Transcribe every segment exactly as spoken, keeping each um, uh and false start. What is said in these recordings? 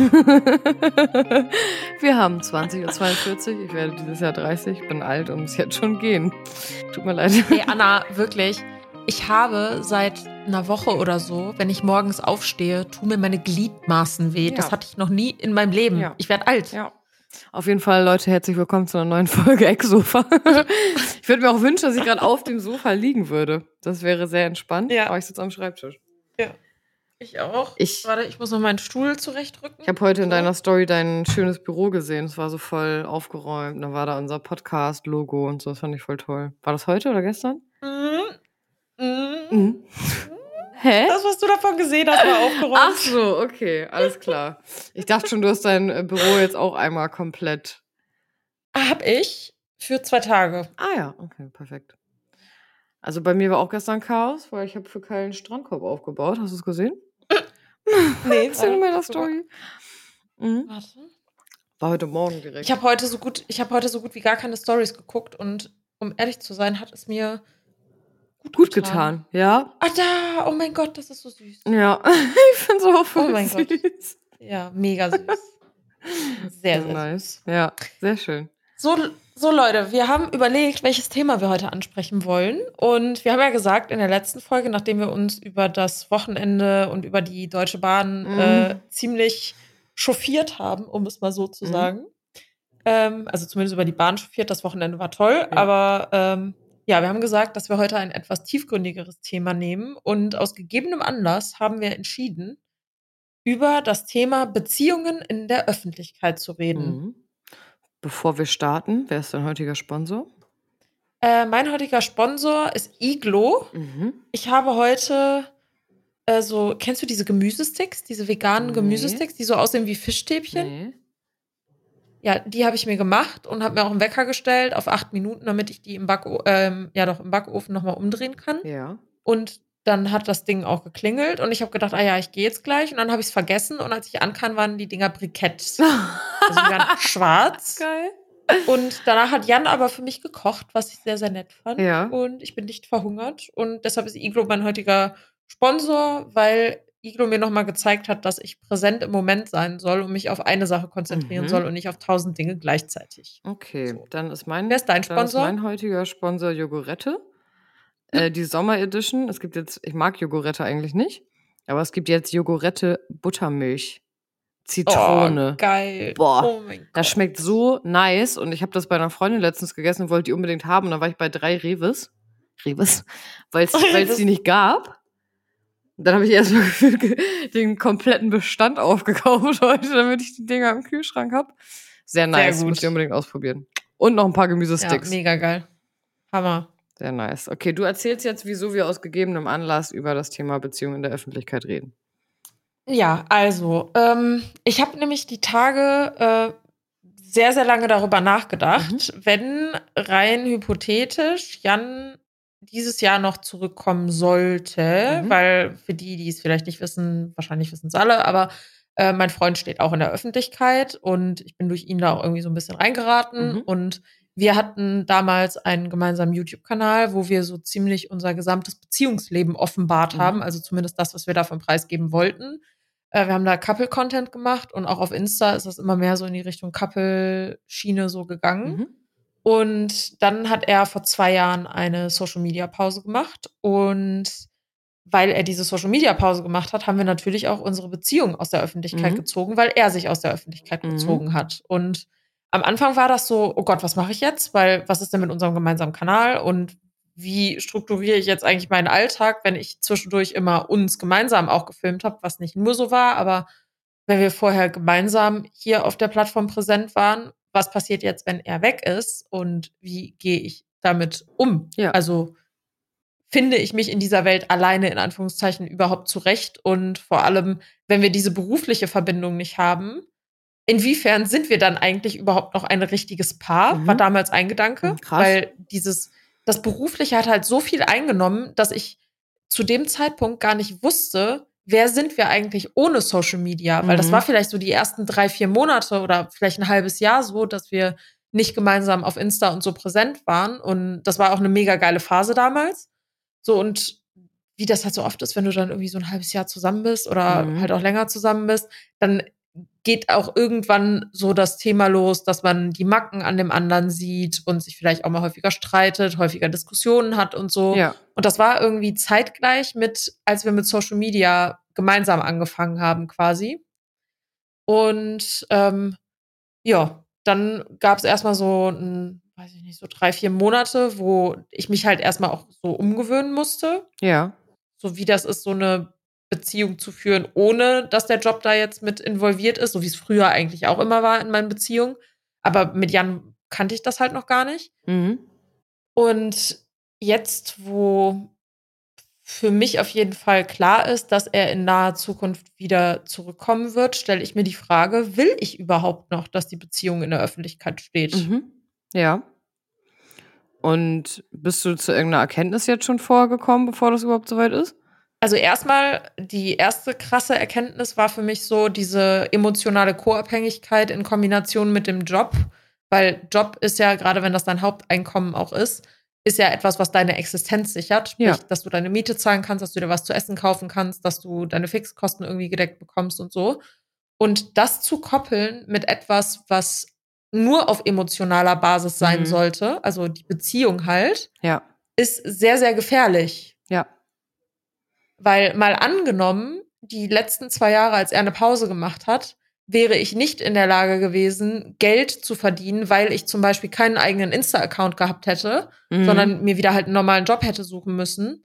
Wir haben zwanzig Uhr zweiundvierzig. Ich werde dieses Jahr dreißig. Ich bin alt und muss jetzt schon gehen. Tut mir leid. Hey Anna, wirklich. Ich habe seit einer Woche oder so, wenn ich morgens aufstehe, tun mir meine Gliedmaßen weh. Ja. Das hatte ich noch nie in meinem Leben. Ja. Ich werde alt. Ja. Auf jeden Fall, Leute, herzlich willkommen zu einer neuen Folge Ecksofa. Ich würde mir auch wünschen, dass ich gerade auf dem Sofa liegen würde. Das wäre sehr entspannt. Ja. Aber ich sitze am Schreibtisch. Ja. Ich auch. Ich- Warte, ich muss noch meinen Stuhl zurechtrücken. Ich habe heute in So. deiner Story dein schönes Büro gesehen. Es war so voll aufgeräumt. Da war da unser Podcast-Logo und so. Das fand ich voll toll. War das heute oder gestern? Mhm. Mhm. Mhm. Hä? Das, was du davon gesehen hast, war aufgeräumt. Ach so, okay, alles klar. Ich dachte schon, du hast dein äh, Büro jetzt auch einmal komplett. Hab ich für zwei Tage. Ah ja, okay, perfekt. Also bei mir war auch gestern Chaos, weil ich habe für Kyle einen Strandkorb aufgebaut. Hast du es gesehen? Nee, Ist in meiner Story. Mhm. Warte. War heute Morgen direkt. Ich habe heute so gut, ich habe heute so gut wie gar keine Stories geguckt und um ehrlich zu sein, hat es mir gut, gut getan, ja? Ah, da! Oh mein Gott, das ist so süß. Ja, ich finde es auch voll Oh mein süß. Gott. Ja, mega süß. Sehr, sehr nice. süß. Ja, sehr schön. So, so, Leute, wir haben überlegt, welches Thema wir heute ansprechen wollen. Und wir haben ja gesagt in der letzten Folge, nachdem wir uns über das Wochenende und über die Deutsche Bahn Mhm. äh, ziemlich chauffiert haben, um es mal so zu Mhm. sagen. Ähm, also zumindest über die Bahn chauffiert, das Wochenende war toll. Ja. Aber ähm, ja, wir haben gesagt, dass wir heute ein etwas tiefgründigeres Thema nehmen. Und aus gegebenem Anlass haben wir entschieden, über das Thema Beziehungen in der Öffentlichkeit zu reden. Mhm. Bevor wir starten, wer ist dein heutiger Sponsor? Äh, mein heutiger Sponsor ist Iglo. Mhm. Ich habe heute äh, so, kennst du diese Gemüsesticks, diese veganen Nee. Gemüsesticks, die so aussehen wie Fischstäbchen? Nee. Ja, die habe ich mir gemacht und habe mir auch einen Wecker gestellt auf acht Minuten, damit ich die im, Backo ähm, ja, doch, im Backofen nochmal umdrehen kann. Ja. Und dann hat das Ding auch geklingelt und ich habe gedacht, ah ja, ich gehe jetzt gleich. Und dann habe ich es vergessen und als ich ankam, waren die Dinger Briketts. Also die waren schwarz. Geil. Und danach hat Jan aber für mich gekocht, was ich sehr, sehr nett fand. Ja. Und ich bin nicht verhungert. Und deshalb ist Iglo mein heutiger Sponsor, weil Iglo mir nochmal gezeigt hat, dass ich präsent im Moment sein soll und mich auf eine Sache konzentrieren Mhm. soll und nicht auf tausend Dinge gleichzeitig. Okay, So. dann ist mein, Wer ist dein dann ist Sponsor? mein heutiger Sponsor Jogurette. Äh, die Sommer-Edition. Es gibt jetzt, ich mag Jogurette eigentlich nicht, aber es gibt jetzt Jogurette Buttermilch. Zitrone. Oh, geil. Boah, Oh mein Gott. Das schmeckt so nice und ich habe das bei einer Freundin letztens gegessen und wollte die unbedingt haben und dann war ich bei drei Reves. Reves? Weil es Das- die nicht gab. Und dann habe ich erstmal gefühlt den kompletten Bestand aufgekauft heute, damit ich die Dinger im Kühlschrank habe. Sehr nice, gut. müsst ihr unbedingt ausprobieren. Und noch ein paar Ja, Gemüsesticks. mega geil. Hammer. Sehr nice. Okay, du erzählst jetzt, wieso wir aus gegebenem Anlass über das Thema Beziehung in der Öffentlichkeit reden. Ja, also, ähm, ich habe nämlich die Tage äh, sehr, sehr lange darüber nachgedacht, wenn rein hypothetisch Jan dieses Jahr noch zurückkommen sollte, Mhm. weil für die, die es vielleicht nicht wissen, wahrscheinlich wissen es alle, aber äh, mein Freund steht auch in der Öffentlichkeit und ich bin durch ihn da auch irgendwie so ein bisschen reingeraten Mhm. und wir hatten damals einen gemeinsamen YouTube-Kanal, wo wir so ziemlich unser gesamtes Beziehungsleben offenbart Mhm. haben, also zumindest das, was wir davon preisgeben wollten. Äh, wir haben da Couple-Content gemacht und auch auf Insta ist das immer mehr so in die Richtung Couple-Schiene so gegangen. Mhm. Und dann hat er vor zwei Jahren eine Social-Media-Pause gemacht. Und weil er diese Social-Media-Pause gemacht hat, haben wir natürlich auch unsere Beziehung aus der Öffentlichkeit Mhm. gezogen, weil er sich aus der Öffentlichkeit Mhm. gezogen hat. Und am Anfang war das so, oh Gott, was mache ich jetzt? Weil was ist denn mit unserem gemeinsamen Kanal? Und wie strukturiere ich jetzt eigentlich meinen Alltag, wenn ich zwischendurch immer uns gemeinsam auch gefilmt habe, was nicht nur so war, aber wenn wir vorher gemeinsam hier auf der Plattform präsent waren, was passiert jetzt, wenn er weg ist und wie gehe ich damit um? Ja. Also finde ich mich in dieser Welt alleine in Anführungszeichen überhaupt zurecht und vor allem, wenn wir diese berufliche Verbindung nicht haben, inwiefern sind wir dann eigentlich überhaupt noch ein richtiges Paar? Mhm. War damals ein Gedanke, Mhm, krass. weil dieses das Berufliche hat halt so viel eingenommen, dass ich zu dem Zeitpunkt gar nicht wusste, wer sind wir eigentlich ohne Social Media? Weil das Mhm. war vielleicht so die ersten drei, vier Monate oder vielleicht ein halbes Jahr so, dass wir nicht gemeinsam auf Insta und so präsent waren. Und das war auch eine mega geile Phase damals. So, und wie das halt so oft ist, wenn du dann irgendwie so ein halbes Jahr zusammen bist oder Mhm. halt auch länger zusammen bist, dann geht auch irgendwann so das Thema los, dass man die Macken an dem anderen sieht und sich vielleicht auch mal häufiger streitet, häufiger Diskussionen hat und so. Ja. Und das war irgendwie zeitgleich mit, als wir mit Social Media gemeinsam angefangen haben quasi. Und ähm, ja, dann gab es erstmal so ein, weiß ich nicht, so drei, vier Monate, wo ich mich halt erstmal auch so umgewöhnen musste. Ja. So wie das ist, so eine Beziehung zu führen, ohne dass der Job da jetzt mit involviert ist, so wie es früher eigentlich auch immer war in meinen Beziehungen. Aber mit Jan kannte ich das halt noch gar nicht. Mhm. Und jetzt, wo für mich auf jeden Fall klar ist, dass er in naher Zukunft wieder zurückkommen wird, stelle ich mir die Frage, will ich überhaupt noch, dass die Beziehung in der Öffentlichkeit steht? Mhm. Ja. Und bist du zu irgendeiner Erkenntnis jetzt schon vorgekommen, bevor das überhaupt soweit ist? Also erstmal, die erste krasse Erkenntnis war für mich so diese emotionale Co-Abhängigkeit in Kombination mit dem Job. Weil Job ist ja, gerade wenn das dein Haupteinkommen auch ist, ist ja etwas, was deine Existenz sichert. Sprich, Ja. dass du deine Miete zahlen kannst, dass du dir was zu essen kaufen kannst, dass du deine Fixkosten irgendwie gedeckt bekommst und so. Und das zu koppeln mit etwas, was nur auf emotionaler Basis sein Mhm. sollte, also die Beziehung halt, Ja. ist sehr, sehr gefährlich. Ja. Weil mal angenommen, die letzten zwei Jahre, als er eine Pause gemacht hat, wäre ich nicht in der Lage gewesen, Geld zu verdienen, weil ich zum Beispiel keinen eigenen Insta-Account gehabt hätte, Mhm. sondern mir wieder halt einen normalen Job hätte suchen müssen.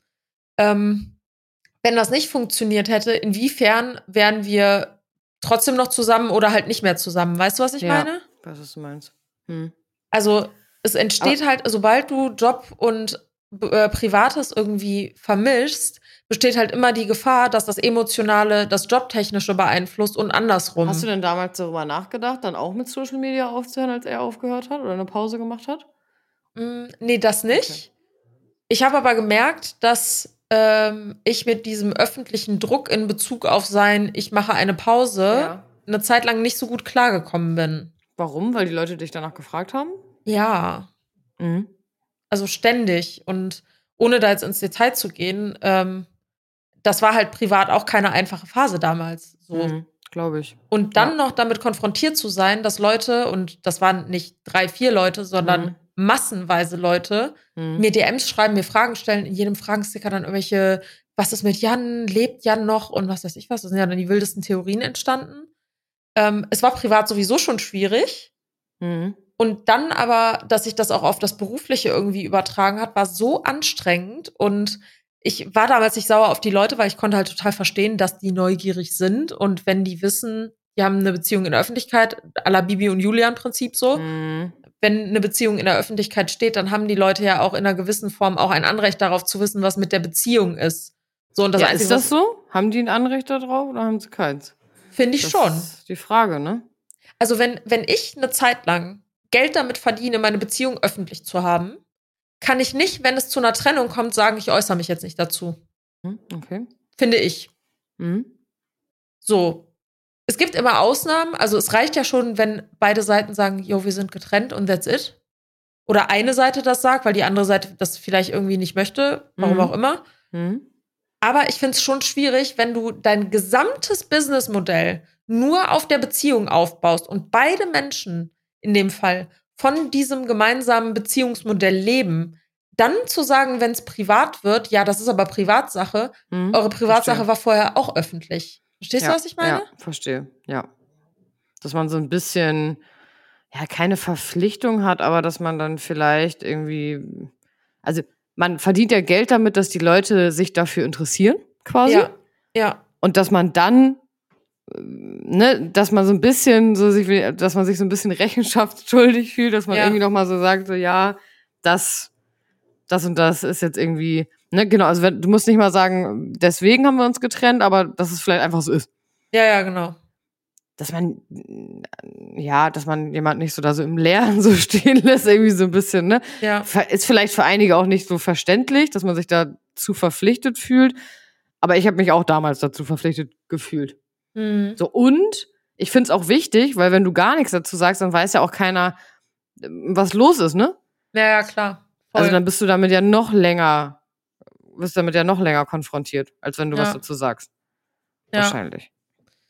Ähm, wenn das nicht funktioniert hätte, inwiefern wären wir trotzdem noch zusammen oder halt nicht mehr zusammen? Weißt du, was ich Ja. meine? Ich weiß, was du meinst. Hm. Also es entsteht halt, sobald du Job und äh, Privates irgendwie vermischst, besteht halt immer die Gefahr, dass das Emotionale das Jobtechnische beeinflusst und andersrum. Hast du denn damals darüber nachgedacht, dann auch mit Social Media aufzuhören, als er aufgehört hat oder eine Pause gemacht hat? Mm, nee, das nicht. Ich habe aber gemerkt, dass ähm, ich mit diesem öffentlichen Druck in Bezug auf sein, ich mache eine Pause, Ja. eine Zeit lang nicht so gut klargekommen bin. Warum? Weil die Leute dich danach gefragt haben? Ja, Mhm. also ständig. Und ohne da jetzt ins Detail zu gehen, ähm, das war halt privat auch keine einfache Phase damals. So. Mhm. Glaube ich. Und dann Ja. noch damit konfrontiert zu sein, dass Leute, und das waren nicht drei, vier Leute, sondern Mhm. massenweise Leute, Mhm. mir D Ms schreiben, mir Fragen stellen, in jedem Fragensticker dann irgendwelche, was ist mit Jan, lebt Jan noch und was weiß ich was, da sind ja dann die wildesten Theorien entstanden. Ähm, es war privat sowieso schon schwierig. Mhm. Und dann aber, dass sich das auch auf das Berufliche irgendwie übertragen hat, war so anstrengend. Und ich war damals nicht sauer auf die Leute, weil ich konnte halt total verstehen, dass die neugierig sind. Und wenn die wissen, die haben eine Beziehung in der Öffentlichkeit, à la Bibi und Julian Prinzip so. Mhm. Wenn eine Beziehung in der Öffentlichkeit steht, dann haben die Leute ja auch in einer gewissen Form auch ein Anrecht darauf zu wissen, was mit der Beziehung ist. So, und das Ja, Einzige, ist das was so? Haben die ein Anrecht darauf oder haben sie keins? finde ich Das schon. ist die Frage, ne? Also wenn, wenn ich eine Zeit lang Geld damit verdiene, meine Beziehung öffentlich zu haben, kann ich nicht, wenn es zu einer Trennung kommt, sagen, ich äußere mich jetzt nicht dazu. Mhm. Okay. Finde ich. Mhm. So. Es gibt immer Ausnahmen. Also es reicht ja schon, wenn beide Seiten sagen, jo, wir sind getrennt und that's it. Oder eine Seite das sagt, weil die andere Seite das vielleicht irgendwie nicht möchte, warum Mhm. auch immer. Mhm. Aber ich finde es schon schwierig, wenn du dein gesamtes Businessmodell nur auf der Beziehung aufbaust und beide Menschen in dem Fall von diesem gemeinsamen Beziehungsmodell leben, dann zu sagen, wenn es privat wird, ja, das ist aber Privatsache, Mhm. eure Privatsache Verstehe. war vorher auch öffentlich. Verstehst Ja. du, was ich meine? Ja, verstehe. Ja. Dass man so ein bisschen, ja, keine Verpflichtung hat, aber dass man dann vielleicht irgendwie, also man verdient ja Geld damit, dass die Leute sich dafür interessieren, quasi. Ja, ja, Und dass man dann, äh, ne, dass man so ein bisschen so sich, wie- dass man sich so ein bisschen rechenschaftsschuldig fühlt, dass man Ja. irgendwie noch mal so sagt, so ja, das, das und das ist jetzt irgendwie, ne, genau, also wenn, du musst nicht mal sagen, deswegen haben wir uns getrennt, aber dass es vielleicht einfach so ist. ja, ja, genau. Dass man, ja, dass man jemand nicht so da so im Leeren so stehen lässt, irgendwie so ein bisschen, ne? Ja. Ver- Ist vielleicht für einige auch nicht so verständlich, dass man sich dazu verpflichtet fühlt. Aber ich habe mich auch damals dazu verpflichtet gefühlt. Mhm. So, und ich finde es auch wichtig, weil wenn du gar nichts dazu sagst, dann weiß ja auch keiner, was los ist, ne? Ja, ja, klar. Voll. Also dann bist du damit ja noch länger, bist damit ja noch länger konfrontiert, als wenn du Ja. was dazu sagst. Ja. Wahrscheinlich.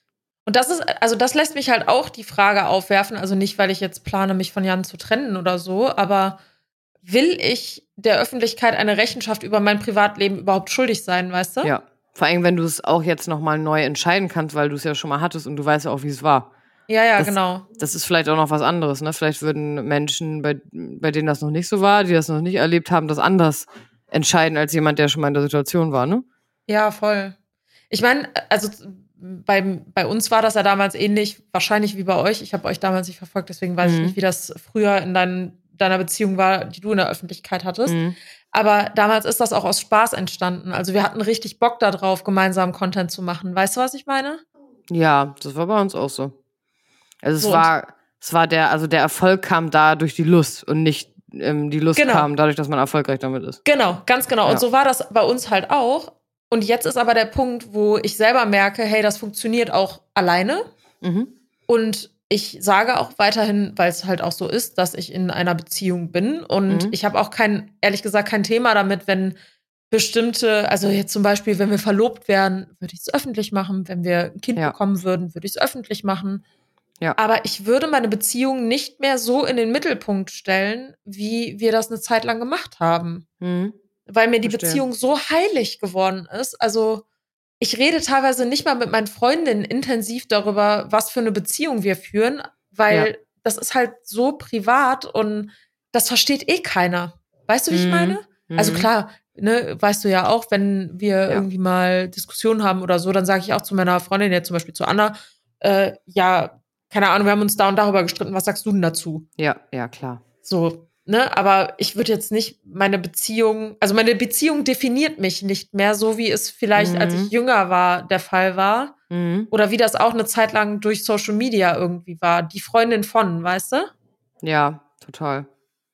Und das ist, also das lässt mich halt auch die Frage aufwerfen, also nicht, weil ich jetzt plane, mich von Jan zu trennen oder so, aber will ich der Öffentlichkeit eine Rechenschaft über mein Privatleben überhaupt schuldig sein, weißt du? Ja, vor allem, wenn du es auch jetzt nochmal neu entscheiden kannst, weil du es ja schon mal hattest und du weißt ja auch, wie es war. Ja, ja, das, genau. Das ist vielleicht auch noch was anderes, ne? Vielleicht würden Menschen, bei, bei denen das noch nicht so war, die das noch nicht erlebt haben, das anders entscheiden als jemand, der schon mal in der Situation war, ne? Ja, voll. Ich meine, also bei, bei uns war das ja damals ähnlich, wahrscheinlich wie bei euch. Ich habe euch damals nicht verfolgt, deswegen weiß Mhm. ich nicht, wie das früher in dein, deiner Beziehung war, die du in der Öffentlichkeit hattest. Mhm. Aber damals ist das auch aus Spaß entstanden. Also wir hatten richtig Bock darauf, gemeinsam Content zu machen. Weißt du, was ich meine? Ja, das war bei uns auch so. Also So, es war, es war der, also der Erfolg kam da durch die Lust und nicht ähm, die Lust Genau. kam dadurch, dass man erfolgreich damit ist. Genau, ganz genau. Ja. Und so war das bei uns halt auch. Und jetzt ist aber der Punkt, wo ich selber merke, hey, das funktioniert auch alleine. Mhm. Und ich sage auch weiterhin, weil es halt auch so ist, dass ich in einer Beziehung bin. Und Mhm. ich habe auch kein, ehrlich gesagt, kein Thema damit, wenn bestimmte, also jetzt zum Beispiel, wenn wir verlobt wären, würde ich es öffentlich machen. Wenn wir ein Kind Ja. bekommen würden, würde ich es öffentlich machen. Ja. Aber ich würde meine Beziehung nicht mehr so in den Mittelpunkt stellen, wie wir das eine Zeit lang gemacht haben. Mhm. Weil mir die Verstehe. Beziehung so heilig geworden ist. Also ich rede teilweise nicht mal mit meinen Freundinnen intensiv darüber, was für eine Beziehung wir führen, weil Ja. das ist halt so privat und das versteht eh keiner. Weißt du, wie ich Mhm. meine? Also Mhm. klar, ne, weißt du ja auch, wenn wir Ja. irgendwie mal Diskussionen haben oder so, dann sage ich auch zu meiner Freundin, jetzt zum Beispiel zu Anna, äh, ja, keine Ahnung, wir haben uns da und darüber gestritten, was sagst du denn dazu? Ja, ja, klar. So, ne, aber ich würde jetzt nicht meine Beziehung, also meine Beziehung definiert mich nicht mehr, so wie es vielleicht, Mhm. als ich jünger war, der Fall war. Mhm. Oder wie das auch eine Zeit lang durch Social Media irgendwie war. Die Freundin von, weißt du? Ja, total.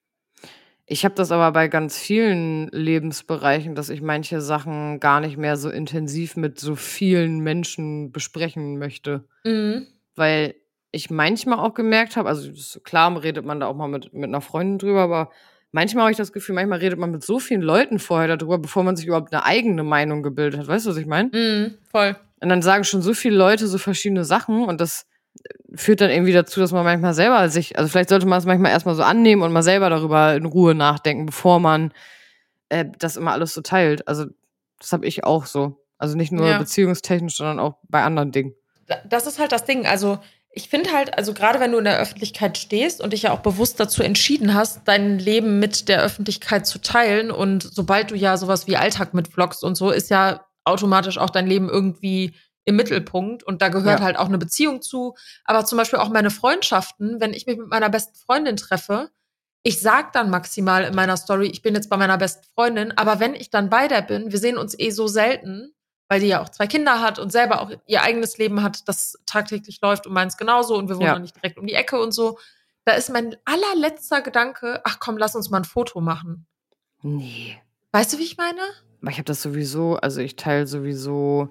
Ich habe das aber bei ganz vielen Lebensbereichen, dass ich manche Sachen gar nicht mehr so intensiv mit so vielen Menschen besprechen möchte. Mhm. Weil ich manchmal auch gemerkt habe, also das, klar redet man da auch mal mit, mit einer Freundin drüber, aber manchmal habe ich das Gefühl, manchmal redet man mit so vielen Leuten vorher darüber, bevor man sich überhaupt eine eigene Meinung gebildet hat. Weißt du, was ich meine? Mhm, voll. Und dann sagen schon so viele Leute so verschiedene Sachen und das führt dann irgendwie dazu, dass man manchmal selber sich, also vielleicht sollte man es manchmal erstmal so annehmen und mal selber darüber in Ruhe nachdenken, bevor man äh, das immer alles so teilt. Also das habe ich auch so. Also nicht nur Ja. beziehungstechnisch, sondern auch bei anderen Dingen. Das ist halt das Ding. Also, ich finde halt, also gerade wenn du in der Öffentlichkeit stehst und dich ja auch bewusst dazu entschieden hast, dein Leben mit der Öffentlichkeit zu teilen und sobald du ja sowas wie Alltag mitvloggst und so, ist ja automatisch auch dein Leben irgendwie im Mittelpunkt und da gehört Ja. halt auch eine Beziehung zu. Aber zum Beispiel auch meine Freundschaften, wenn ich mich mit meiner besten Freundin treffe, ich sag dann maximal in meiner Story, ich bin jetzt bei meiner besten Freundin, aber wenn ich dann bei der bin, wir sehen uns eh so selten, weil die ja auch zwei Kinder hat und selber auch ihr eigenes Leben hat, das tagtäglich läuft und meins genauso und wir wohnen Ja. auch nicht direkt um die Ecke und so. Da ist mein allerletzter Gedanke, ach komm, lass uns mal ein Foto machen. Nee. Weißt du, wie ich meine? Aber ich habe das sowieso, also ich teile sowieso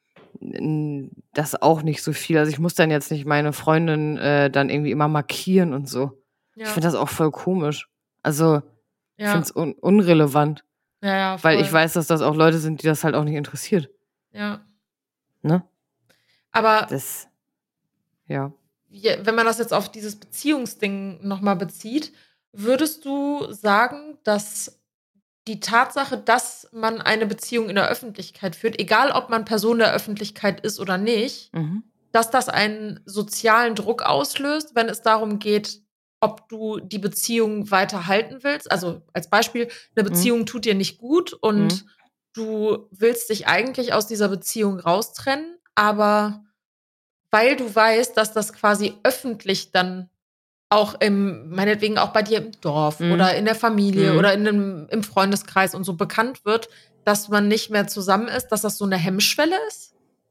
n- das auch nicht so viel. Also ich muss dann jetzt nicht meine Freundin äh, dann irgendwie immer markieren und so. Ich finde das auch voll komisch. Also ich ja. finde es un unrelevant, ja, ja, weil voll. ich weiß, dass das auch Leute sind, die das halt auch nicht interessiert. Ja. Ne? Aber Das, ja. je- wenn man das jetzt auf dieses Beziehungsding nochmal bezieht, würdest du sagen, dass die Tatsache, dass man eine Beziehung in der Öffentlichkeit führt, egal ob man Person der Öffentlichkeit ist oder nicht, Mhm. dass das einen sozialen Druck auslöst, wenn es darum geht, ob du die Beziehung weiter halten willst. Also als Beispiel, eine Beziehung tut dir nicht gut und Mhm. du willst dich eigentlich aus dieser Beziehung raustrennen, aber weil du weißt, dass das quasi öffentlich dann auch im, meinetwegen auch bei dir im Dorf Mhm. oder in der Familie Mhm. oder in einem, im Freundeskreis und so bekannt wird, dass man nicht mehr zusammen ist, dass das so eine Hemmschwelle ist?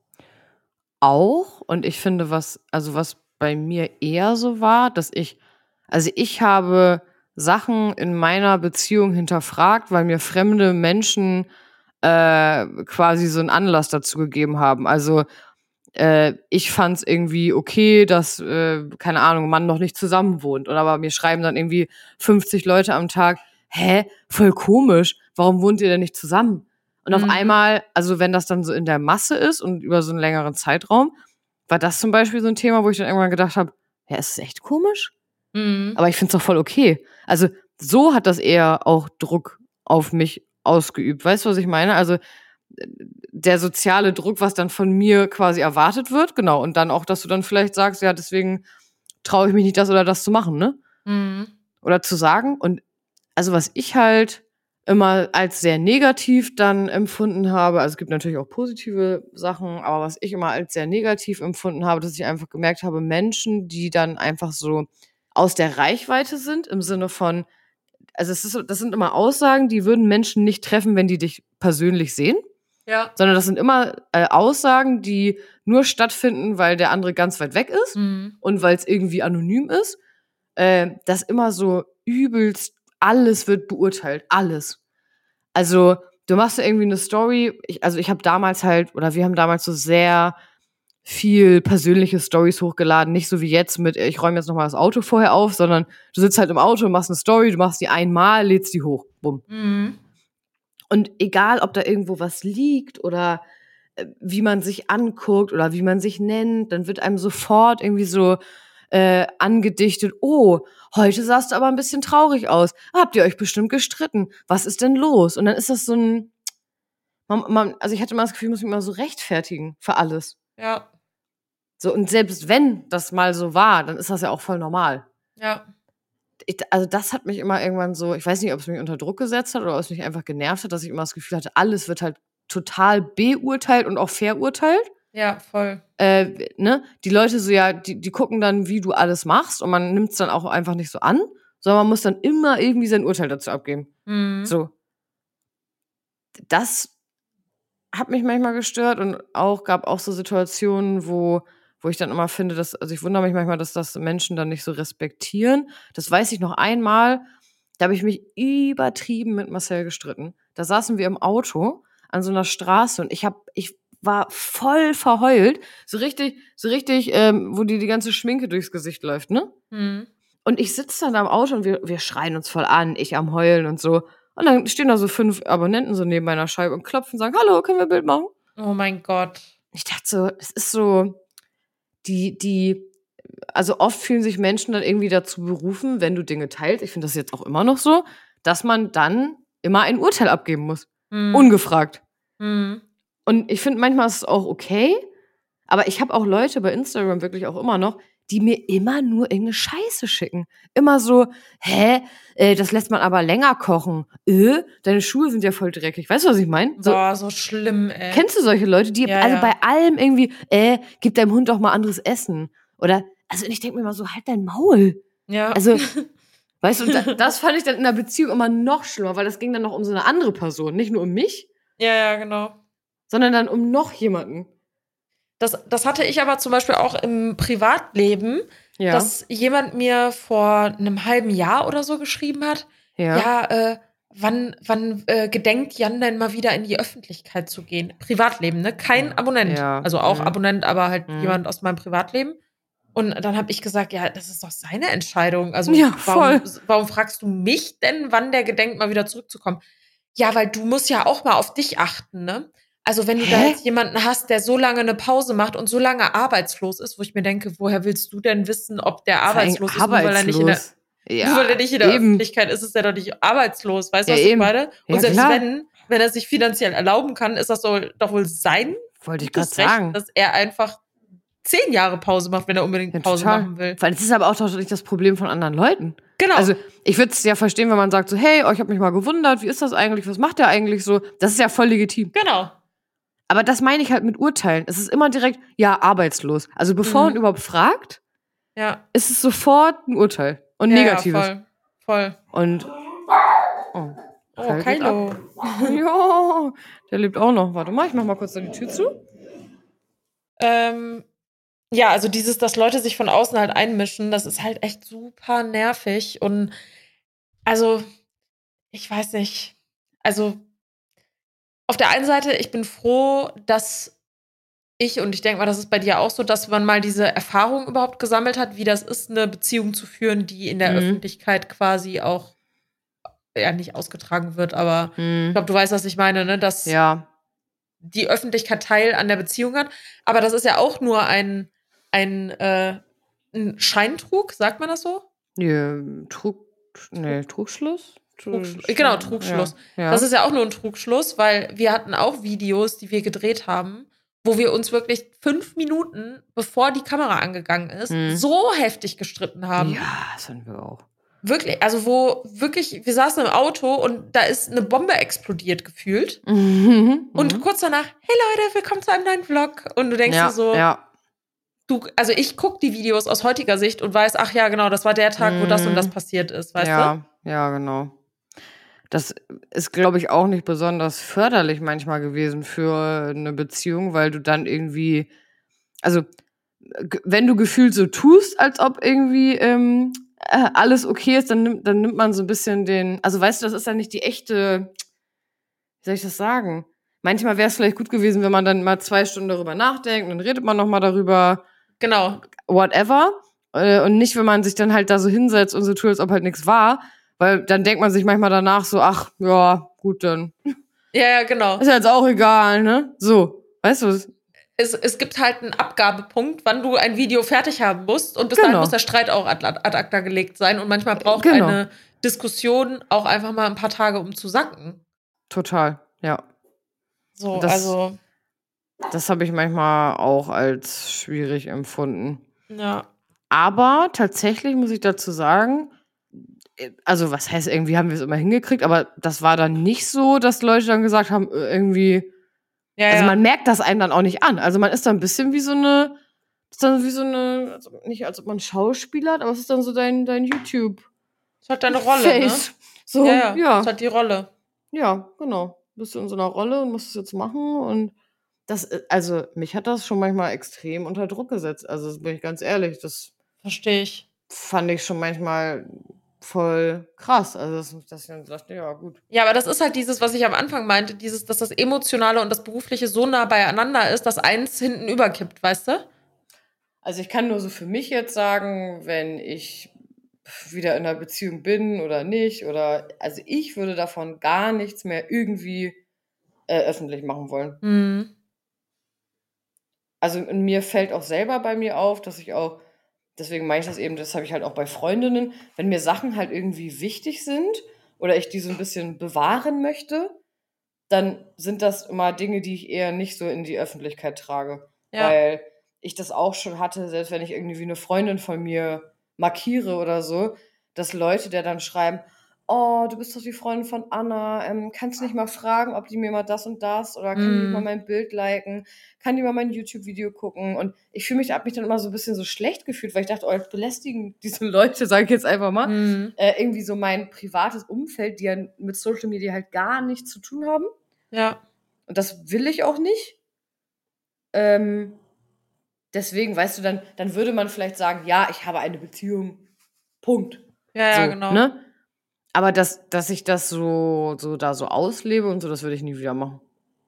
Auch. Und ich finde, was, also was bei mir eher so war, dass ich, also ich habe Sachen in meiner Beziehung hinterfragt, weil mir fremde Menschen äh, quasi so einen Anlass dazu gegeben haben. Also äh, ich fand es irgendwie okay, dass, äh, keine Ahnung, man noch nicht zusammen wohnt. Und aber mir schreiben dann irgendwie fünfzig Leute am Tag, hä, voll komisch, warum wohnt ihr denn nicht zusammen? Und auf Mhm. einmal, also wenn das dann so in der Masse ist und über so einen längeren Zeitraum, war das zum Beispiel so ein Thema, wo ich dann irgendwann gedacht habe, ja, ist es echt komisch? Mhm. Aber ich finde es doch voll okay. Also so hat das eher auch Druck auf mich ausgeübt. Weißt du, was ich meine? Also der soziale Druck, was dann von mir quasi erwartet wird, genau. Und dann auch, dass du dann vielleicht sagst, ja, deswegen traue ich mich nicht, das oder das zu machen, ne? Mhm. Oder zu sagen. Und also was ich halt immer als sehr negativ dann empfunden habe, also es gibt natürlich auch positive Sachen, aber was ich immer als sehr negativ empfunden habe, dass ich einfach gemerkt habe, Menschen, die dann einfach so aus der Reichweite sind, im Sinne von, also es ist, das sind immer Aussagen, die würden Menschen nicht treffen, wenn die dich persönlich sehen, Ja. sondern das sind immer äh, Aussagen, die nur stattfinden, weil der andere ganz weit weg ist Mhm. und weil es irgendwie anonym ist, äh, dass immer so übelst alles wird beurteilt, alles. Also du machst ja irgendwie eine Story, ich, also ich habe damals halt, oder wir haben damals so sehr viel persönliche Stories hochgeladen, nicht so wie jetzt mit, ich räume jetzt nochmal das Auto vorher auf, sondern du sitzt halt im Auto und machst eine Story, du machst die einmal, lädst die hoch, bumm. Mhm. Und egal, ob da irgendwo was liegt oder äh, wie man sich anguckt oder wie man sich nennt, dann wird einem sofort irgendwie so äh, angedichtet, oh, heute sahst du aber ein bisschen traurig aus. Habt ihr euch bestimmt gestritten? Was ist denn los? Und dann ist das so ein, man, man, also ich hatte immer das Gefühl, ich muss mich immer so rechtfertigen für alles. Ja. So, und selbst wenn das mal so war, dann ist das ja auch voll normal. Ja. Ich, also das hat mich immer irgendwann so, ich weiß nicht, ob es mich unter Druck gesetzt hat oder ob es mich einfach genervt hat, dass ich immer das Gefühl hatte, alles wird halt total beurteilt und auch verurteilt. Ja, voll. Äh, ne? Die Leute so, ja, die, die gucken dann, wie du alles machst und man nimmt es dann auch einfach nicht so an, sondern man muss dann immer irgendwie sein Urteil dazu abgeben. Mhm. So. Das hat mich manchmal gestört und auch gab auch so Situationen, wo wo ich dann immer finde, dass, also ich wundere mich manchmal, dass das Menschen dann nicht so respektieren. Das weiß ich noch einmal, da habe ich mich übertrieben mit Marcel gestritten. Da saßen wir im Auto an so einer Straße und ich habe, ich war voll verheult, so richtig, so richtig, ähm, wo dir die ganze Schminke durchs Gesicht läuft, ne? Mhm. Und ich sitze dann da im Auto und wir, wir schreien uns voll an, ich am Heulen und so. Und dann stehen da so fünf Abonnenten so neben meiner Scheibe und klopfen und sagen, hallo, können wir ein Bild machen? Oh mein Gott. Ich dachte so, es ist so, die, die, also oft fühlen sich Menschen dann irgendwie dazu berufen, wenn du Dinge teilst, ich finde das jetzt auch immer noch so, dass man dann immer ein Urteil abgeben muss. Mhm. Ungefragt. Mhm. Und ich finde, manchmal ist es auch okay, aber ich habe auch Leute bei Instagram wirklich auch immer noch, die mir immer nur irgendeine Scheiße schicken. Immer so, hä, äh, das lässt man aber länger kochen. Äh, deine Schuhe sind ja voll dreckig. Weißt du, was ich meine? So, Boah, so schlimm, ey. kennst du solche Leute, die Ja, also ja. bei allem irgendwie, äh, gib deinem Hund doch mal anderes Essen. Oder, also ich denke mir immer so, halt dein Maul. Ja. Also, weißt du, und da, das fand ich dann in der Beziehung immer noch schlimmer, weil das ging dann noch um so eine andere Person, nicht nur um mich, Ja, ja, genau. sondern dann um noch jemanden. Das, das hatte ich aber zum Beispiel auch im Privatleben, Ja. dass jemand mir vor einem halben Jahr oder so geschrieben hat, Ja. ja, äh, wann, wann äh, gedenkt Jan denn mal wieder in die Öffentlichkeit zu gehen? Privatleben, ne? Kein Abonnent. Ja. Also auch Mhm. Abonnent, aber halt Mhm. jemand aus meinem Privatleben. Und dann habe ich gesagt, ja, das ist doch seine Entscheidung. Also Ja, warum, voll. warum fragst du mich denn, wann der gedenkt, mal wieder zurückzukommen? Ja, weil du musst ja auch mal auf dich achten, ne? Also wenn du da Hä? jetzt jemanden hast, der so lange eine Pause macht und so lange arbeitslos ist, wo ich mir denke, woher willst du denn wissen, ob der Vor allem arbeitslos ist, nur weil er nicht in der, arbeitslos. Ja, nur weil er nicht in der eben. Öffentlichkeit ist, ist er doch nicht arbeitslos. Weißt du, Ja, was ich eben. meine? Und Ja, selbst klar. wenn, wenn er sich finanziell erlauben kann, ist das so, doch wohl sein Wollte ich gerade gutes Recht, sagen. dass er einfach zehn Jahre Pause macht, wenn er unbedingt Ja, Pause total. machen will. Weil das ist aber auch doch nicht das Problem von anderen Leuten. Genau. Also ich würde es ja verstehen, wenn man sagt so, hey, oh, ich habe mich mal gewundert, wie ist das eigentlich, was macht der eigentlich so? Das ist ja voll legitim. Genau. Aber das meine ich halt mit Urteilen. Es ist immer direkt, ja, arbeitslos. Also bevor Mhm. man überhaupt fragt, Ja. ist es sofort ein Urteil. Und Ja, negatives. ja, voll. Voll. Und oh, Oh, Kyle geht Kylo. ab. Ja, der lebt auch noch. Warte mal, ich mach mal kurz da die Tür zu. Ähm, ja, also dieses, dass Leute sich von außen halt einmischen, das ist halt echt super nervig. Und also, ich weiß nicht. Also, auf der einen Seite, ich bin froh, dass ich, und ich denke mal, das ist bei dir auch so, dass man mal diese Erfahrung überhaupt gesammelt hat, wie das ist, eine Beziehung zu führen, die in der Mhm. Öffentlichkeit quasi auch, ja, nicht ausgetragen wird, aber ich Mhm. glaube, du weißt, was ich meine, ne? Dass Ja. die Öffentlichkeit Teil an der Beziehung hat. Aber das ist ja auch nur ein ein, äh, ein Scheintrug, sagt man das so? Ja, Trug, nee, Trugschluss? Trugschluss. Schein- Genau, Trugschluss. Ja, ja. Das ist ja auch nur ein Trugschluss, weil wir hatten auch Videos, die wir gedreht haben, wo wir uns wirklich fünf Minuten, bevor die Kamera angegangen ist, Hm. so heftig gestritten haben. Ja, das hatten wir auch. Wirklich, also wo wirklich, wir saßen im Auto und da ist eine Bombe explodiert gefühlt. Mhm. Und kurz danach, hey Leute, willkommen zu einem neuen Vlog. Und du denkst Ja, dir so, ja. du, also ich gucke die Videos aus heutiger Sicht und weiß, ach ja, genau, das war der Tag, wo das und das Mhm. passiert ist, weißt Ja, ja, genau. Das ist, glaube ich, auch nicht besonders förderlich manchmal gewesen für eine Beziehung, weil du dann irgendwie, also g- wenn du gefühlt so tust, als ob irgendwie ähm, äh, alles okay ist, dann nimmt, dann nimmt man so ein bisschen den, also weißt du, das ist ja nicht die echte, wie soll ich das sagen? Manchmal wäre es vielleicht gut gewesen, wenn man dann mal zwei Stunden darüber nachdenkt und dann redet man noch mal darüber, du? Genau. whatever. Äh, und nicht, wenn man sich dann halt da so hinsetzt und so tut, als ob halt nichts war. Weil dann denkt man sich manchmal danach so, ach, ja, gut, dann Ja, ja, genau. ist ja jetzt auch egal, ne? So, weißt du? Es, es gibt halt einen Abgabepunkt, wann du ein Video fertig haben musst. Und bis Genau. dahin muss der Streit auch ad, ad ad acta gelegt sein. Und manchmal braucht Genau. eine Diskussion auch einfach mal ein paar Tage, um zu sacken. Total, ja. So, Das- also, Das habe ich manchmal auch als schwierig empfunden. ja. Aber tatsächlich muss ich dazu sagen, äh, also was heißt, irgendwie haben wir es immer hingekriegt, aber das war dann nicht so, dass Leute dann gesagt haben, äh, irgendwie, Ja, also ja. man merkt das einem dann auch nicht an. Also man ist dann ein bisschen wie so eine, ist dann wie so eine, also nicht als ob man Schauspieler hat, aber es ist dann so dein, dein YouTube. Das hat deine Rolle, Face. So, ne? ja, Ja, ja. ja. Das hat die Rolle. Ja, genau. Bist du in so einer Rolle und musst es jetzt machen und das, äh, also mich hat das schon manchmal extrem unter Druck gesetzt. Also das bin ich ganz ehrlich, das Verstehe ich. fand ich schon manchmal voll krass. Also dass, dass ich dann dachte, ja gut. Ja, aber das ist halt dieses, was ich am Anfang meinte, dieses, dass das Emotionale und das Berufliche so nah beieinander ist, dass eins hinten überkippt, weißt du? Also ich kann nur so für mich jetzt sagen, wenn ich wieder in einer Beziehung bin oder nicht, oder also ich würde davon gar nichts mehr irgendwie äh, öffentlich machen wollen. Mhm. Also mir fällt auch selber bei mir auf, dass ich auch, deswegen meine ich das eben, das habe ich halt auch bei Freundinnen, wenn mir Sachen halt irgendwie wichtig sind oder ich die so ein bisschen bewahren möchte, dann sind das immer Dinge, die ich eher nicht so in die Öffentlichkeit trage. Ja. Weil ich das auch schon hatte, selbst wenn ich irgendwie eine Freundin von mir markiere oder so, dass Leute der dann schreiben, oh, du bist doch die Freundin von Anna, ähm, kannst du nicht mal fragen, ob die mir mal das und das oder kann die nicht mal Mm. mein Bild liken, kann die mal mein YouTube-Video gucken und ich fühle mich, habe mich dann immer so ein bisschen so schlecht gefühlt, weil ich dachte, oh, jetzt belästigen diese Leute, sage ich jetzt einfach mal, Mhm. äh, irgendwie so mein privates Umfeld, die ja mit Social Media halt gar nichts zu tun haben. Ja. Und das will ich auch nicht. Ähm, deswegen, weißt du, dann, dann würde man vielleicht sagen, ja, ich habe eine Beziehung. Punkt. Ja, ja, so, genau. Ne? Aber dass, dass ich das so, so da so auslebe und so, das würde ich nie wieder machen.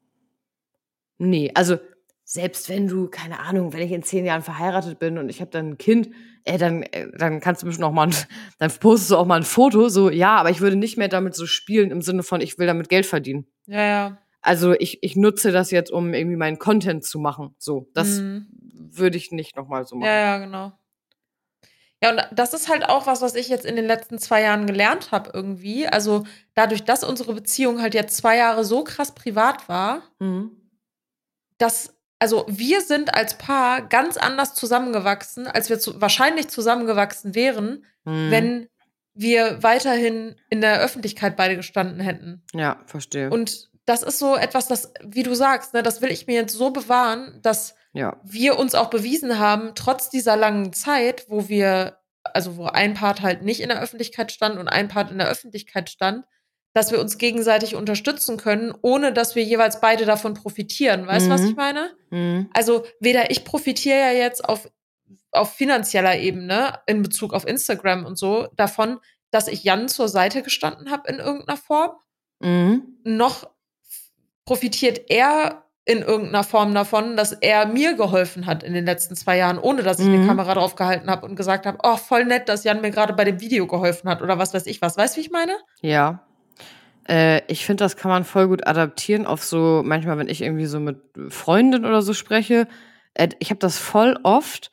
Nee, also selbst wenn du, keine Ahnung, wenn ich in zehn Jahren verheiratet bin und ich habe dann ein Kind, äh, dann, äh, dann kannst du bestimmt auch mal, ein, dann postest du auch mal ein Foto, so, ja, aber ich würde nicht mehr damit so spielen im Sinne von, ich will damit Geld verdienen. Ja, ja. Also ich, ich nutze das jetzt, um irgendwie meinen Content zu machen. So, das Mhm. würde ich nicht nochmal so machen. Ja, ja, genau. Ja, und das ist halt auch was, was ich jetzt in den letzten zwei Jahren gelernt habe irgendwie. Also dadurch, dass unsere Beziehung halt jetzt zwei Jahre so krass privat war, Mhm. dass, also wir sind als Paar ganz anders zusammengewachsen, als wir zu, wahrscheinlich zusammengewachsen wären, Mhm. wenn wir weiterhin in der Öffentlichkeit beide gestanden hätten. Ja, verstehe. Und das ist so etwas, das, wie du sagst, ne, das will ich mir jetzt so bewahren, dass ja. wir uns auch bewiesen haben, trotz dieser langen Zeit, wo wir, also wo ein Part halt nicht in der Öffentlichkeit stand und ein Part in der Öffentlichkeit stand, dass wir uns gegenseitig unterstützen können, ohne dass wir jeweils beide davon profitieren. Weißt du, was ich meine? Mhm. Also weder ich profitiere ja jetzt auf, auf finanzieller Ebene in Bezug auf Instagram und so davon, dass ich Jan zur Seite gestanden habe in irgendeiner Form, Mhm. noch profitiert er in irgendeiner Form davon, dass er mir geholfen hat in den letzten zwei Jahren, ohne dass ich Mhm. eine Kamera drauf gehalten habe und gesagt habe, oh, voll nett, dass Jan mir gerade bei dem Video geholfen hat oder was weiß ich was. Weißt du, wie ich meine? Ja. Äh, ich finde, das kann man voll gut adaptieren auf so, manchmal, wenn ich irgendwie so mit Freundinnen oder so spreche, äh, ich habe das voll oft,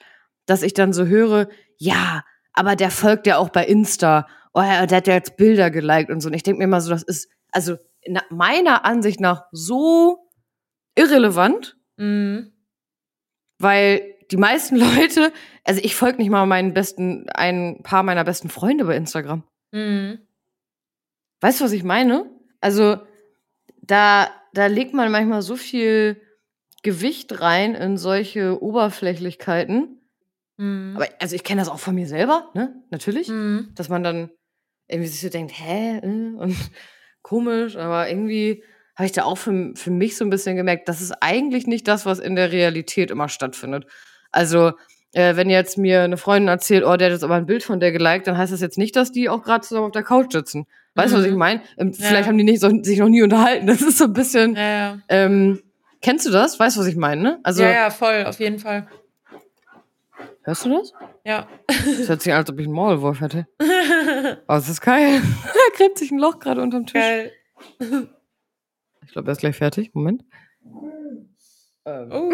dass ich dann so höre, ja, aber der folgt ja auch bei Insta. Oh ja, der hat ja jetzt Bilder geliked und so. Und ich denke mir immer so, das ist, also meiner Ansicht nach so irrelevant, Mhm. weil die meisten Leute, also ich folge nicht mal meinen besten, ein paar meiner besten Freunde bei Instagram. Mhm. Weißt du, was ich meine? Also da, da legt man manchmal so viel Gewicht rein in solche Oberflächlichkeiten. Mhm. Aber also ich kenne das auch von mir selber, ne? Natürlich. Mhm. Dass man dann irgendwie sich so denkt, hä? Äh, und komisch, aber irgendwie habe ich da auch für, für mich so ein bisschen gemerkt, das ist eigentlich nicht das, was in der Realität immer stattfindet. Also, äh, wenn jetzt mir eine Freundin erzählt, oh, der hat jetzt aber ein Bild von der geliked, dann heißt das jetzt nicht, dass die auch gerade zusammen auf der Couch sitzen. Weißt du, was ich Mhm. meine? Ähm, Ja. Vielleicht haben die nicht so, sich noch nie unterhalten. Das ist so ein bisschen. Ja, ja. Ähm, kennst du das? Weißt du, was ich meine? Ne? Also, ja, ja, voll, auf jeden Fall. hörst du das? Ja. Das hört sich an, als ob ich einen Maulwurf hätte. Aber es ist geil. Da gräbt sich ein Loch gerade unterm Tisch. Geil. Ich glaube, er ist gleich fertig. Moment. Ähm. Oh.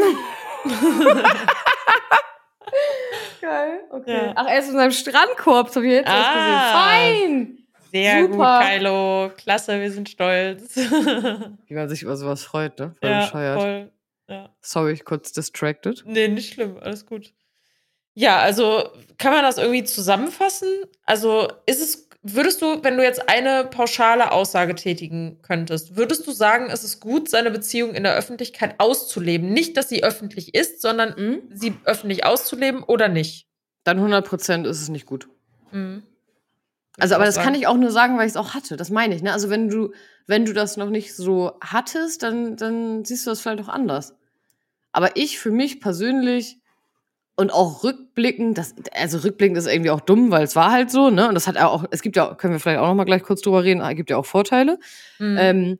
Geil, okay. Ja. Ach, er ist in seinem Strandkorb, das habe ich jetzt erst Ah. gesehen. Fein! Sehr Super. gut, Kylo. Klasse, wir sind stolz. Wie man sich über sowas freut, ne? Voll ja, bescheuert. voll. Ja. Sorry, ich kurz distracted. Nee, nicht schlimm, alles gut. Ja, also kann man das irgendwie zusammenfassen? Also ist es, würdest du, wenn du jetzt eine pauschale Aussage tätigen könntest, würdest du sagen, es ist gut, seine Beziehung in der Öffentlichkeit auszuleben? Nicht, dass sie öffentlich ist, sondern Mhm. sie öffentlich auszuleben oder nicht? Dann hundert Prozent ist es nicht gut. Mhm. Also, aber das sagen. kann ich auch nur sagen, weil ich es auch hatte. Das meine ich, ne? Also, wenn du, wenn du das noch nicht so hattest, dann, dann siehst du das vielleicht auch anders. Aber ich für mich persönlich und auch rückblickend, das, also rückblickend ist irgendwie auch dumm, weil es war halt so, ne? Und das hat auch, es gibt ja, können wir vielleicht auch noch mal gleich kurz drüber reden, es gibt ja auch Vorteile. Mhm. Ähm,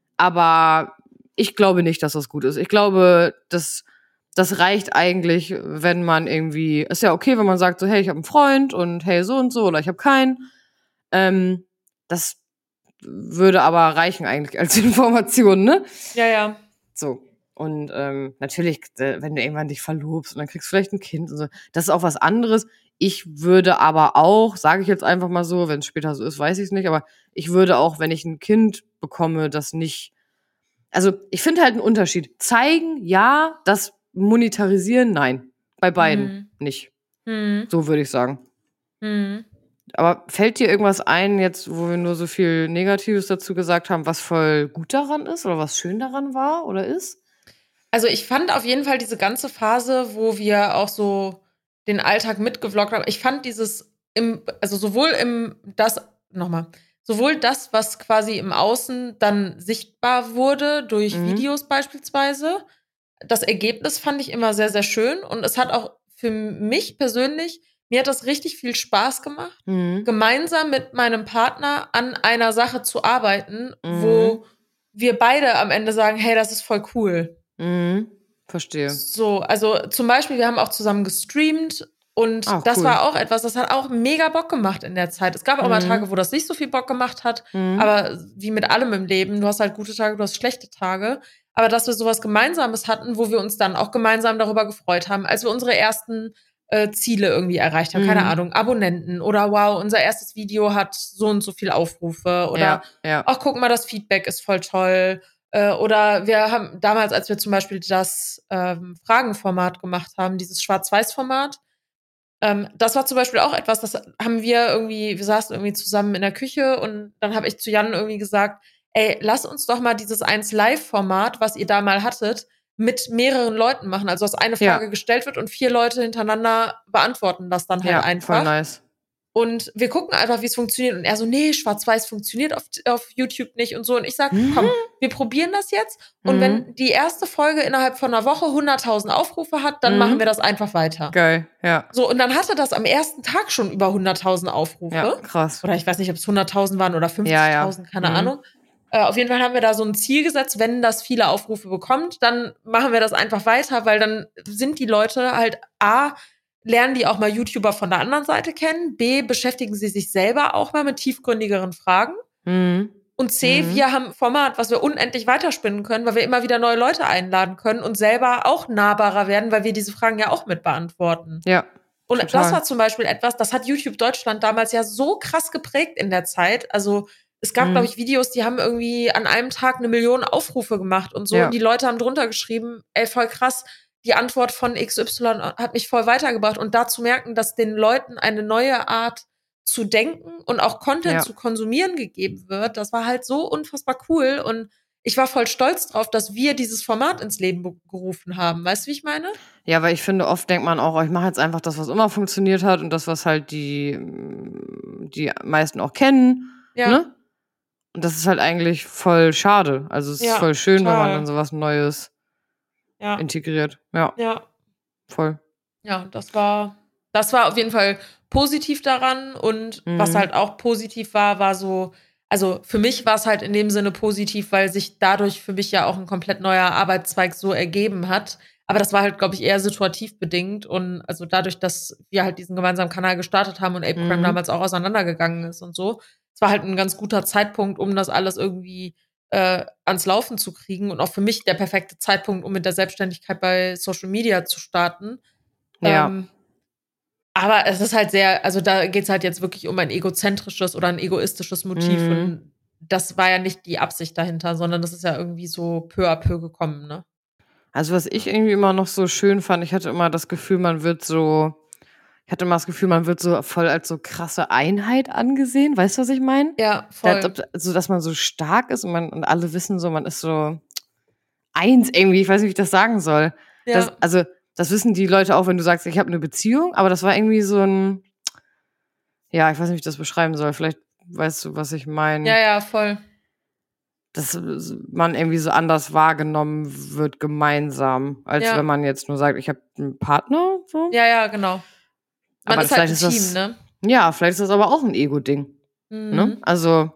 aber ich glaube nicht, dass das gut ist. Ich glaube, das, das reicht eigentlich, wenn man irgendwie, ist ja okay, wenn man sagt so, hey, ich habe einen Freund und hey, so und so, oder ich habe keinen. Ähm, das würde aber reichen eigentlich als Information, ne? Ja, ja. So. Und ähm, natürlich, äh, wenn du irgendwann dich verlobst und dann kriegst du vielleicht ein Kind und so, das ist auch was anderes. Ich würde aber auch, sage ich jetzt einfach mal so, wenn es später so ist, weiß ich es nicht, aber ich würde auch, wenn ich ein Kind bekomme, das nicht. Also ich finde halt einen Unterschied. Zeigen, ja, das monetarisieren, nein. Bei beiden Mhm. nicht. Mhm. So würde ich sagen. Mhm. Aber fällt dir irgendwas ein, jetzt, wo wir nur so viel Negatives dazu gesagt haben, was voll gut daran ist oder was schön daran war oder ist? Also ich fand auf jeden Fall diese ganze Phase, wo wir auch so den Alltag mitgevloggt haben. Ich fand dieses im, also sowohl im das nochmal, sowohl das, was quasi im Außen dann sichtbar wurde durch Mhm. Videos beispielsweise. Das Ergebnis fand ich immer sehr, sehr schön und es hat auch für mich persönlich, mir hat das richtig viel Spaß gemacht, Mhm. gemeinsam mit meinem Partner an einer Sache zu arbeiten, Mhm. wo wir beide am Ende sagen, hey, das ist voll cool. Mhm. Verstehe. So, also zum Beispiel, wir haben auch zusammen gestreamt und Ah, das cool. war auch etwas, das hat auch mega Bock gemacht in der Zeit. Es gab auch mal Mhm. Tage, wo das nicht so viel Bock gemacht hat, Mhm. aber wie mit allem im Leben, du hast halt gute Tage, du hast schlechte Tage. Aber dass wir sowas Gemeinsames hatten, wo wir uns dann auch gemeinsam darüber gefreut haben, als wir unsere ersten äh, Ziele irgendwie erreicht haben, Mhm. keine Ahnung, Abonnenten oder wow, unser erstes Video hat so und so viel Aufrufe oder Ja, ja. ach, guck mal, das Feedback ist voll toll. Äh, oder wir haben damals, als wir zum Beispiel das ähm, Fragenformat gemacht haben, dieses Schwarz-Weiß-Format, ähm, das war zum Beispiel auch etwas, das haben wir irgendwie, wir saßen irgendwie zusammen in der Küche und dann habe ich zu Jan irgendwie gesagt, ey, lass uns doch mal dieses eins Live-Format, was ihr da mal hattet, mit mehreren Leuten machen. Also, dass eine Frage Ja. gestellt wird und vier Leute hintereinander beantworten das dann halt Ja, einfach. voll nice. Und wir gucken einfach, wie es funktioniert. Und er so, nee, Schwarz-Weiß funktioniert auf, auf YouTube nicht und so. Und ich sag, Mhm. komm, wir probieren das jetzt. Und Mhm. wenn die erste Folge innerhalb von einer Woche hunderttausend Aufrufe hat, dann Mhm. machen wir das einfach weiter. Geil, ja. So, und dann hatte das am ersten Tag schon über hunderttausend Aufrufe. Ja, krass. Oder ich weiß nicht, ob es hunderttausend waren oder fünfzigtausend, Ja, ja. keine Mhm. Ahnung. Äh, auf jeden Fall haben wir da so ein Ziel gesetzt, wenn das viele Aufrufe bekommt, dann machen wir das einfach weiter, weil dann sind die Leute halt A, lernen die auch mal YouTuber von der anderen Seite kennen, B, beschäftigen sie sich selber auch mal mit tiefgründigeren Fragen. Mhm. Und C, Mhm. wir haben ein Format, was wir unendlich weiterspinnen können, weil wir immer wieder neue Leute einladen können und selber auch nahbarer werden, weil wir diese Fragen ja auch mit beantworten. Ja. Und Total. das war zum Beispiel etwas, das hat YouTube Deutschland damals ja so krass geprägt in der Zeit. Also es gab, Mhm. glaube ich, Videos, die haben irgendwie an einem Tag eine Million Aufrufe gemacht und so. Ja. Und die Leute haben drunter geschrieben, ey, voll krass, die Antwort von X Y hat mich voll weitergebracht. Und da zu merken, dass den Leuten eine neue Art zu denken und auch Content Ja. zu konsumieren gegeben wird, das war halt so unfassbar cool. Und ich war voll stolz drauf, dass wir dieses Format ins Leben be- gerufen haben. Weißt du, wie ich meine? Ja, weil ich finde, oft denkt man auch, oh, ich mache jetzt einfach das, was immer funktioniert hat und das, was halt die, mm, die meisten auch kennen, Ja. ne? Und das ist halt eigentlich voll schade. Also es Ja, ist voll schön, wenn man total. dann sowas Neues Ja, integriert. Ja, ja, voll. ja, das war, das war auf jeden Fall positiv daran. Und was Mhm. halt auch positiv war, war so, also für mich war es halt in dem Sinne positiv, weil sich dadurch für mich ja auch ein komplett neuer Arbeitszweig so ergeben hat. Aber das war halt, glaube ich, eher situativ bedingt. Und also dadurch, dass wir halt diesen gemeinsamen Kanal gestartet haben und Apecrime Mhm. damals auch auseinandergegangen ist und so, es war halt ein ganz guter Zeitpunkt, um das alles irgendwie äh, ans Laufen zu kriegen. Und auch für mich der perfekte Zeitpunkt, um mit der Selbstständigkeit bei Social Media zu starten. Ja. Ähm, aber es ist halt sehr, also da geht es halt jetzt wirklich um ein egozentrisches oder ein egoistisches Motiv. Mhm. Und das war ja nicht die Absicht dahinter, sondern das ist ja irgendwie so peu à peu gekommen, ne? Also was ich irgendwie immer noch so schön fand, ich hatte immer das Gefühl, man wird so, ich hatte immer das Gefühl, man wird so voll als so krasse Einheit angesehen. Weißt du, was ich meine? Ja, Da, als voll. ob- so, dass man so stark ist und, man, und alle wissen so, man ist so eins irgendwie. Ich weiß nicht, wie ich das sagen soll. Das, Ja, also, das wissen die Leute auch, wenn du sagst, ich habe eine Beziehung, aber das war irgendwie so ein, ja, ich weiß nicht, wie ich das beschreiben soll. Vielleicht weißt du, was ich meine. ja, ja, voll. Dass man irgendwie so anders wahrgenommen wird gemeinsam, als Ja. wenn man jetzt nur sagt, ich habe einen Partner. So. Ja, ja, genau. Man Aber ist halt ein vielleicht ist Team, das, ne? ja, vielleicht ist das aber auch ein Ego-Ding. Ne? Mhm. Also,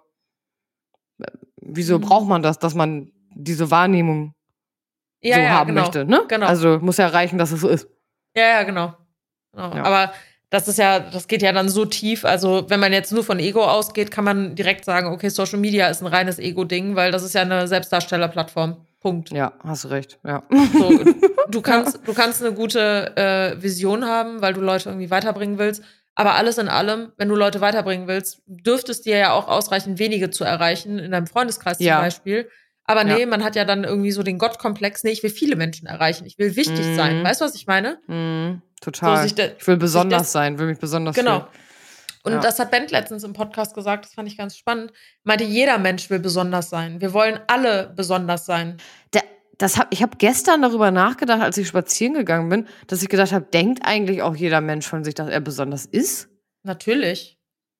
wieso Mhm. braucht man das, dass man diese Wahrnehmung Ja, so ja, haben genau. möchte? Ne? Genau. Also muss ja reichen, dass es so ist. Ja, ja, genau. genau. Ja. Aber das ist ja, das geht ja dann so tief. Also, wenn man jetzt nur von Ego ausgeht, kann man direkt sagen, okay, Social Media ist ein reines Ego-Ding, weil das ist ja eine Selbstdarstellerplattform. Punkt. Ja, hast du recht. Ja. So, du kannst, du kannst eine gute äh, Vision haben, weil du Leute irgendwie weiterbringen willst. Aber alles in allem, wenn du Leute weiterbringen willst, dürfte es dir ja auch ausreichen, wenige zu erreichen, in deinem Freundeskreis Ja. zum Beispiel. Aber nee, Ja. man hat ja dann irgendwie so den Gottkomplex, nee, ich will viele Menschen erreichen, ich will wichtig Mhm. sein. Weißt du, was ich meine? Mm, total. So, sich de- ich will besonders des- sein, will mich besonders Genau. fühlen. Und Ja. das hat Bent letztens im Podcast gesagt, das fand ich ganz spannend. Meinte, jeder Mensch will besonders sein. Wir wollen alle besonders sein. Der, das hab, ich habe gestern darüber nachgedacht, als ich spazieren gegangen bin, dass ich gedacht habe, denkt eigentlich auch jeder Mensch von sich, dass er besonders ist? Natürlich.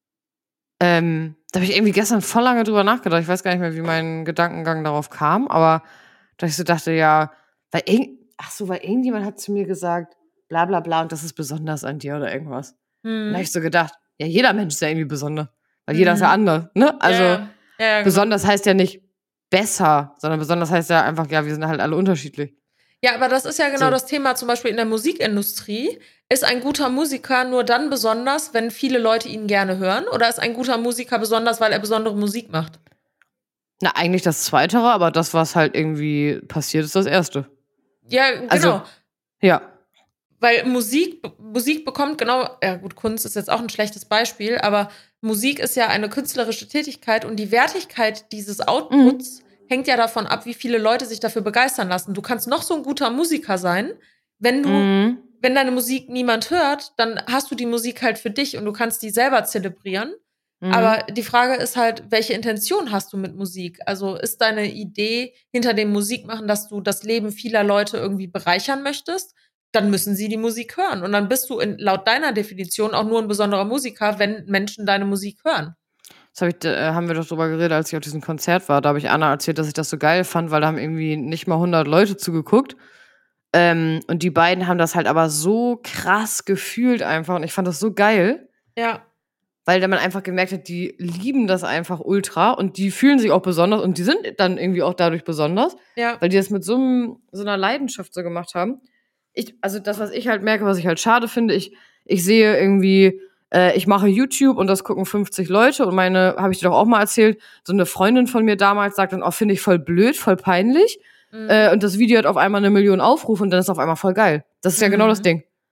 Ähm, da habe ich irgendwie gestern voll lange drüber nachgedacht. Ich weiß gar nicht mehr, wie mein Gedankengang darauf kam, aber dass ich so dachte, ja, weil irgend, ach so, weil irgendjemand hat zu mir gesagt, bla bla bla, und das ist besonders an dir oder irgendwas. Und da habe Hm. ich so gedacht, ja, jeder Mensch ist ja irgendwie besonders. Weil jeder ist ja Mhm. anders, ne? Also, ja, ja. Ja, ja, genau. besonders heißt ja nicht besser, sondern besonders heißt ja einfach, ja, wir sind halt alle unterschiedlich. Ja, aber das ist ja genau So. das Thema, zum Beispiel in der Musikindustrie. Ist ein guter Musiker nur dann besonders, wenn viele Leute ihn gerne hören? Oder ist ein guter Musiker besonders, weil er besondere Musik macht? Na, eigentlich das Zweitere, aber das, was halt irgendwie passiert, ist das Erste. Ja, genau. Also, ja. Weil Musik, Musik bekommt genau, ja gut, Kunst ist jetzt auch ein schlechtes Beispiel, aber Musik ist ja eine künstlerische Tätigkeit und die Wertigkeit dieses Outputs mhm. hängt ja davon ab, wie viele Leute sich dafür begeistern lassen. Du kannst noch so ein guter Musiker sein, wenn du, Mhm. wenn deine Musik niemand hört, dann hast du die Musik halt für dich und du kannst die selber zelebrieren. Mhm. Aber die Frage ist halt, welche Intention hast du mit Musik? Also ist deine Idee hinter dem Musikmachen, dass du das Leben vieler Leute irgendwie bereichern möchtest? Dann müssen sie die Musik hören. Und dann bist du in, laut deiner Definition auch nur ein besonderer Musiker, wenn Menschen deine Musik hören. Das hab ich, äh, haben wir doch drüber geredet, als ich auf diesem Konzert war. Da habe ich Anna erzählt, dass ich das so geil fand, weil da haben irgendwie nicht mal hundert Leute zugeguckt. Ähm, und die beiden haben das halt aber so krass gefühlt einfach. Und ich fand das so geil. Ja. Weil man einfach gemerkt hat, die lieben das einfach ultra. Und die fühlen sich auch besonders. Und die sind dann irgendwie auch dadurch besonders. Ja. Weil die das mit so, einem, so einer Leidenschaft so gemacht haben. Ich, also das, was ich halt merke, was ich halt schade finde, ich, ich sehe irgendwie, äh, ich mache YouTube und das gucken fünfzig Leute und meine, habe ich dir doch auch mal erzählt, so eine Freundin von mir damals sagt dann, oh, finde ich voll blöd, voll peinlich. Mhm. Äh, und das Video hat auf einmal eine Million Aufrufe und dann ist es auf einmal voll geil. Das ist ja mhm. genau das Ding.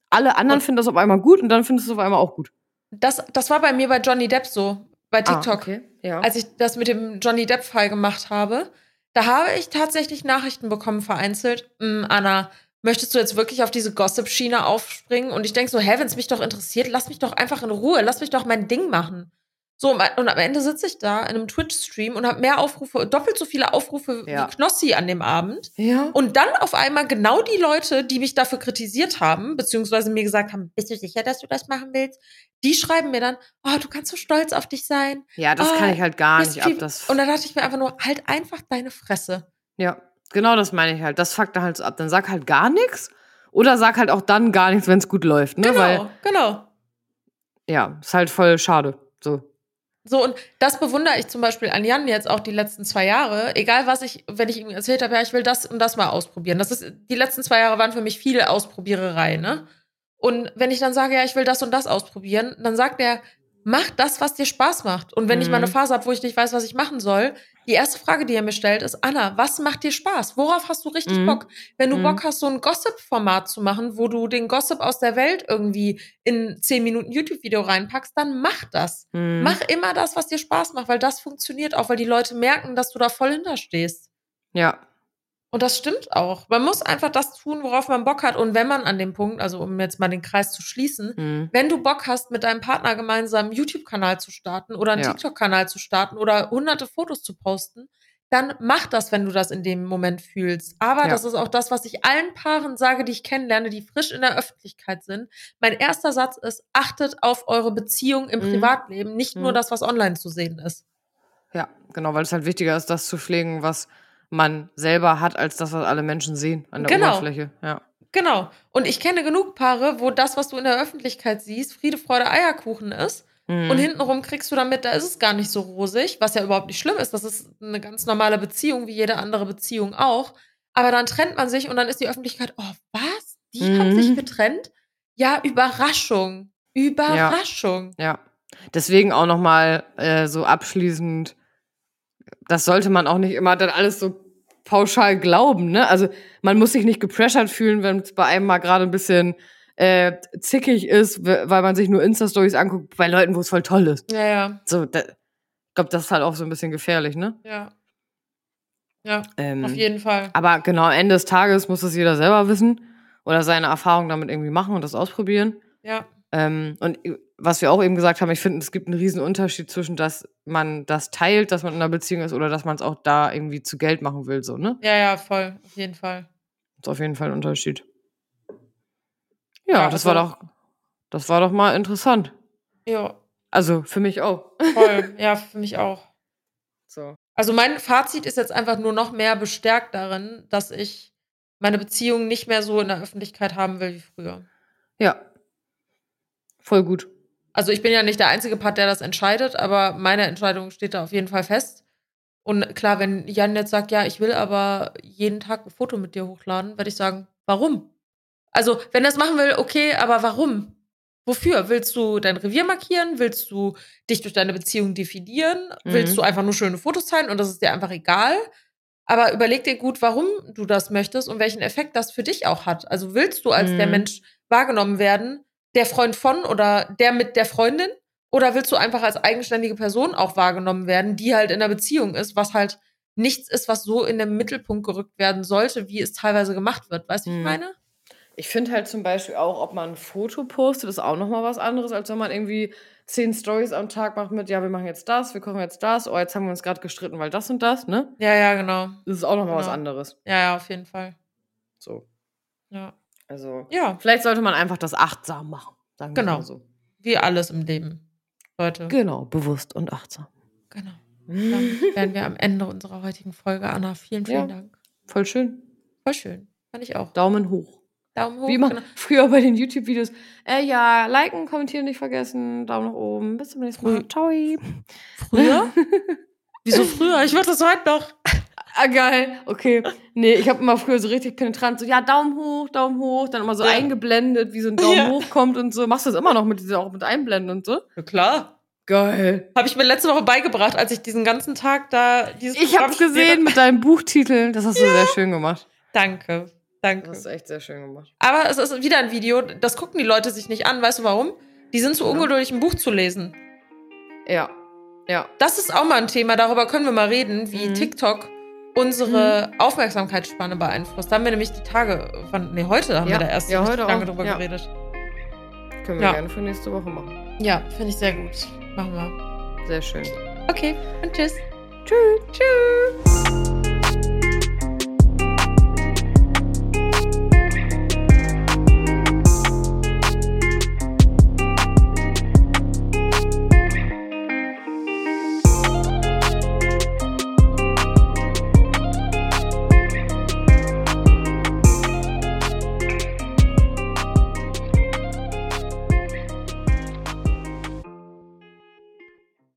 alle anderen Und- finden das auf einmal gut und dann findest du es auf einmal auch gut. Das, das war bei mir bei Johnny Depp so, bei TikTok. Ah, okay. Ja. Als ich das mit dem Johnny Depp-Fall gemacht habe, da habe ich tatsächlich Nachrichten bekommen, vereinzelt. "Mm, Anna, möchtest du jetzt wirklich auf diese Gossip-Schiene aufspringen?" Und ich denke so, hä, wenn es mich doch interessiert, lass mich doch einfach in Ruhe, lass mich doch mein Ding machen. So, und am Ende sitze ich da in einem Twitch-Stream und habe mehr Aufrufe, doppelt so viele Aufrufe Ja. wie Knossi an dem Abend. Ja. Und dann auf einmal genau die Leute, die mich dafür kritisiert haben, beziehungsweise mir gesagt haben, bist du sicher, dass du das machen willst? Die schreiben mir dann, oh, du kannst so stolz auf dich sein. Ja, das oh, kann ich halt gar bist nicht viel- ab. Das, Und dann dachte ich mir einfach nur, halt einfach deine Fresse. ja, genau das meine ich halt. Das fuckt dann halt so ab. Dann sag halt gar nichts oder sag halt auch dann gar nichts, wenn es gut läuft. Ne? Genau, Weil, genau. ja, ist halt voll schade. So. So, und das bewundere ich zum Beispiel an Jan jetzt auch die letzten zwei Jahre. Egal, was ich, wenn ich ihm erzählt habe, ja, ich will das und das mal ausprobieren. Das ist, die letzten zwei Jahre waren für mich viel Ausprobiererei, ne? Und wenn ich dann sage, ja, ich will das und das ausprobieren, dann sagt er, mach das, was dir Spaß macht. Und wenn ich mal eine Mhm. Phase habe, wo ich nicht weiß, was ich machen soll, die erste Frage, die er mir stellt, ist, Anna, was macht dir Spaß? Worauf hast du richtig Mhm. Bock? Wenn du Mhm. Bock hast, so ein Gossip-Format zu machen, wo du den Gossip aus der Welt irgendwie in zehn Minuten YouTube-Video reinpackst, dann mach das. Mhm. Mach immer das, was dir Spaß macht, weil das funktioniert auch, weil die Leute merken, dass du da voll hinterstehst. Ja. Und das stimmt auch. Man muss einfach das tun, worauf man Bock hat. Und wenn man an dem Punkt, also um jetzt mal den Kreis zu schließen, Mhm. wenn du Bock hast, mit deinem Partner gemeinsam einen YouTube-Kanal zu starten oder einen Ja. TikTok-Kanal zu starten oder hunderte Fotos zu posten, dann mach das, wenn du das in dem Moment fühlst. Aber Ja. das ist auch das, was ich allen Paaren sage, die ich kennenlerne, die frisch in der Öffentlichkeit sind. Mein erster Satz ist, achtet auf eure Beziehung im Mhm. Privatleben, nicht nur Mhm. das, was online zu sehen ist. Ja, genau, weil es halt wichtiger ist, das zu pflegen, was man selber hat, als das, was alle Menschen sehen an der Genau. Oberfläche. Ja. Genau. Und ich kenne genug Paare, wo das, was du in der Öffentlichkeit siehst, Friede, Freude, Eierkuchen ist. Mhm. Und hintenrum kriegst du damit, da ist es gar nicht so rosig, was ja überhaupt nicht schlimm ist. Das ist eine ganz normale Beziehung, wie jede andere Beziehung auch. Aber dann trennt man sich und dann ist die Öffentlichkeit, oh, was? Die haben Mhm. sich getrennt? Ja, Überraschung. Überraschung. Ja. Deswegen auch nochmal äh, so abschließend, das sollte man auch nicht immer dann alles so pauschal glauben, ne? Also man muss sich nicht gepressured fühlen, wenn es bei einem mal gerade ein bisschen äh, zickig ist, w- weil man sich nur Insta-Stories anguckt, bei Leuten, wo es voll toll ist. Ja, ja, So, da, ich glaube, das ist halt auch so ein bisschen gefährlich, ne? ja. Ja, Ähm, auf jeden Fall. Aber genau, am Ende des Tages muss das jeder selber wissen oder seine Erfahrungen damit irgendwie machen und das ausprobieren. Ja, Ähm, und was wir auch eben gesagt haben, ich finde, es gibt einen riesen Unterschied zwischen, dass man das teilt, dass man in einer Beziehung ist oder dass man es auch da irgendwie zu Geld machen will, so, ne? ja, ja, voll. Auf jeden Fall. Das ist auf jeden Fall ein Unterschied. Ja, Ja, das also- war doch, das war doch mal interessant. Ja, Also für mich auch. voll. Ja, für mich auch. So. Also mein Fazit ist jetzt einfach nur noch mehr bestärkt darin, dass ich meine Beziehung nicht mehr so in der Öffentlichkeit haben will wie früher. Ja. Voll gut. Also ich bin ja nicht der einzige Part, der das entscheidet, aber meine Entscheidung steht da auf jeden Fall fest. Und klar, wenn Jan jetzt sagt, ja, ich will aber jeden Tag ein Foto mit dir hochladen, werde ich sagen, warum? Also, wenn er es machen will, okay, aber warum? Wofür? Willst du dein Revier markieren? Willst du dich durch deine Beziehung definieren? Mhm. Willst du einfach nur schöne Fotos teilen und das ist dir einfach egal? Aber überleg dir gut, warum du das möchtest und welchen Effekt das für dich auch hat. Also willst du als Mhm. der Mensch wahrgenommen werden, der Freund von oder der mit der Freundin? Oder willst du einfach als eigenständige Person auch wahrgenommen werden, die halt in einer Beziehung ist, was halt nichts ist, was so in den Mittelpunkt gerückt werden sollte, wie es teilweise gemacht wird. Weißt du, wie ich Mhm. meine? Ich finde halt zum Beispiel auch, ob man ein Foto postet, ist auch nochmal was anderes, als wenn man irgendwie zehn Stories am Tag macht mit, ja, wir machen jetzt das, wir kochen jetzt das, oh, jetzt haben wir uns gerade gestritten, weil das und das, ne? Ja, ja, genau. Das ist auch nochmal was Genau. anderes. Ja, ja, auf jeden Fall. So. Ja. Also, Ja, vielleicht sollte man einfach das achtsam machen. Sagen wir Genau. mal so. wie alles im Leben, Leute. Genau, bewusst und achtsam. Genau. Dann wären wir am Ende unserer heutigen Folge. Anna, vielen, vielen Ja. Dank. Voll schön. Voll schön. Fand ich auch. Daumen hoch. Daumen hoch. Wie immer Genau. früher bei den YouTube-Videos. Äh, ja, liken, kommentieren nicht vergessen. Daumen nach oben. Bis zum nächsten Mal. Frü- Ciao. Früher? Wieso früher? Ich mache das heute noch. Ah, geil. Okay. Nee, ich habe immer früher so richtig penetrant so, ja, Daumen hoch, Daumen hoch. Dann immer so Ja. eingeblendet, wie so ein Daumen Ja. hoch kommt und so. Machst du das immer noch mit dieser, auch mit Einblenden und so? Ja, klar. Geil. Habe ich mir letzte Woche beigebracht, als ich diesen ganzen Tag da dieses Ich Programm hab's gesehen mit deinem Buchtitel. Das hast du sehr schön gemacht. Danke. Danke. Das ist echt sehr schön gemacht. Aber es ist wieder ein Video, das gucken die Leute sich nicht an. Weißt du warum? Die sind zu Ja. ungeduldig, ein Buch zu lesen. Ja, ja. Das ist auch mal ein Thema, darüber können wir mal reden, wie Mhm. TikTok unsere mhm. Aufmerksamkeitsspanne beeinflusst. Da haben wir nämlich die Tage, von, nee, heute haben ja. wir da erst ja, richtig heute lange auch. drüber ja. geredet. Können wir Ja. gerne für nächste Woche machen. Ja, finde ich sehr gut. Machen wir. Sehr schön. Okay, und tschüss. Tschüss. Tschüss.